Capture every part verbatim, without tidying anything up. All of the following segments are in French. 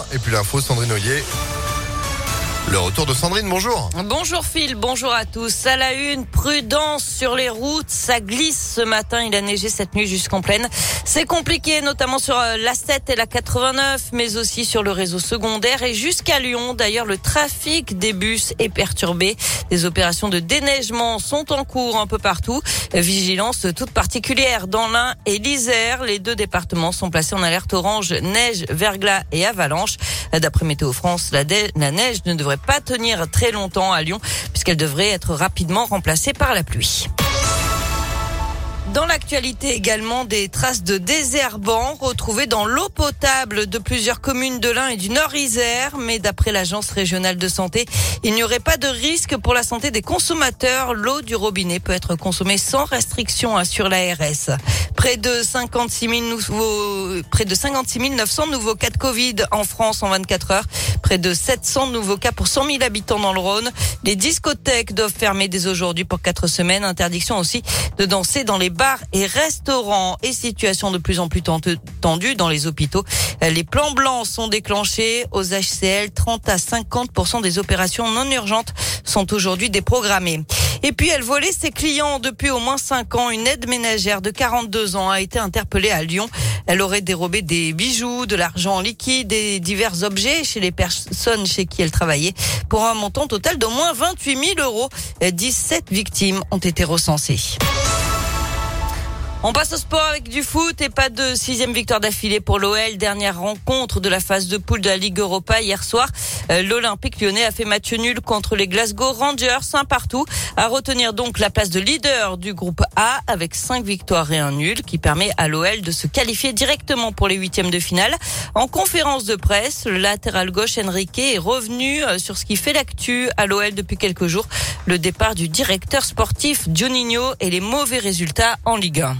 matin. Et puis l'info, Sandrine Ollier. Le retour de Sandrine, bonjour. Bonjour Phil, bonjour à tous. À la une, prudence sur les routes, ça glisse ce matin, il a neigé cette nuit jusqu'en plaine. C'est compliqué, notamment sur l'A sept et la quatre-vingt-neuf, mais aussi sur le réseau secondaire et jusqu'à Lyon. D'ailleurs, le trafic des bus est perturbé. Des opérations de déneigement sont en cours un peu partout. Vigilance toute particulière dans l'Ain et l'Isère. Les deux départements sont placés en alerte orange, neige, verglas et avalanche. D'après Météo France, la, dé- la neige ne devrait pas tenir très longtemps à Lyon puisqu'elle devrait être rapidement remplacée par la pluie. Dans l'actualité également, des traces de désherbants retrouvées dans l'eau potable de plusieurs communes de l'Ain et du Nord-Isère. Mais d'après l'Agence régionale de santé, il n'y aurait pas de risque pour la santé des consommateurs. L'eau du robinet peut être consommée sans restriction, assure l'A R S. Près de cinquante-six mille nouveaux, près de cinquante-six mille neuf cents nouveaux cas de Covid en France en vingt-quatre heures. Près de sept cents nouveaux cas pour cent mille habitants dans le Rhône. Les discothèques doivent fermer dès aujourd'hui pour quatre semaines. Interdiction aussi de danser dans les bars et restaurants. Et situation de plus en plus tendue dans les hôpitaux. Les plans blancs sont déclenchés aux H C L. trente à cinquante pour cent des opérations non urgentes sont aujourd'hui déprogrammées. Et puis elle volait ses clients depuis au moins cinq ans. Une aide ménagère de quarante-deux ans a été interpellée à Lyon. Elle aurait dérobé des bijoux, de l'argent en liquide et divers objets chez les personnes chez qui elle travaillait pour un montant total d'au moins vingt-huit mille euros. dix-sept victimes ont été recensées. On passe au sport avec du foot et pas de sixième victoire d'affilée pour l'O L. Dernière rencontre de la phase de poule de la Ligue Europa hier soir. L'Olympique Lyonnais a fait match nul contre les Glasgow Rangers, un partout. À retenir donc la place de leader du groupe A avec cinq victoires et un nul qui permet à l'O L de se qualifier directement pour les huitièmes de finale. En conférence de presse, le latéral gauche Enrique est revenu sur ce qui fait l'actu à l'O L depuis quelques jours. Le départ du directeur sportif Juninho et les mauvais résultats en Ligue un.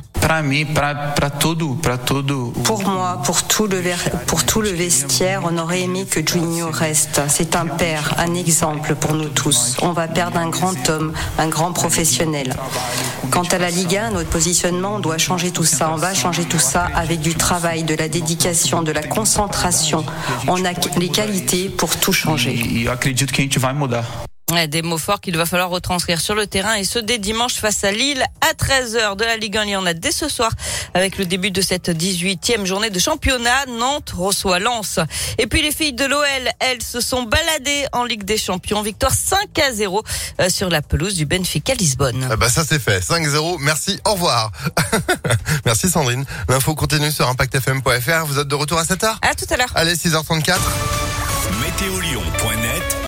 Pour moi, pour tout le ver- pour tout le vestiaire, on aurait aimé que Juninho reste. C'est un père, un exemple pour nous tous. On va perdre un grand homme, un grand professionnel. Quant à la Ligue un, notre positionnement, on doit changer tout ça. On va changer tout ça avec du travail, de la dédication, de la concentration. On a les qualités pour tout changer. Des mots forts qu'il va falloir retranscrire sur le terrain et ce dès dimanche face à Lille à treize heures de la Ligue un. Il y en a dès ce soir avec le début de cette dix-huitième journée de championnat. Nantes reçoit Lens. Et puis les filles de l'O L, elles se sont baladées en Ligue des Champions. Victoire cinq à zéro sur la pelouse du Benfica Lisbonne. Ah bah ça c'est fait, cinq zéro, merci, au revoir. Merci Sandrine. L'info continue sur impact f m point f r. Vous êtes de retour à sept heures ? À tout à l'heure. Allez, six heures trente-quatre. météo lyon point net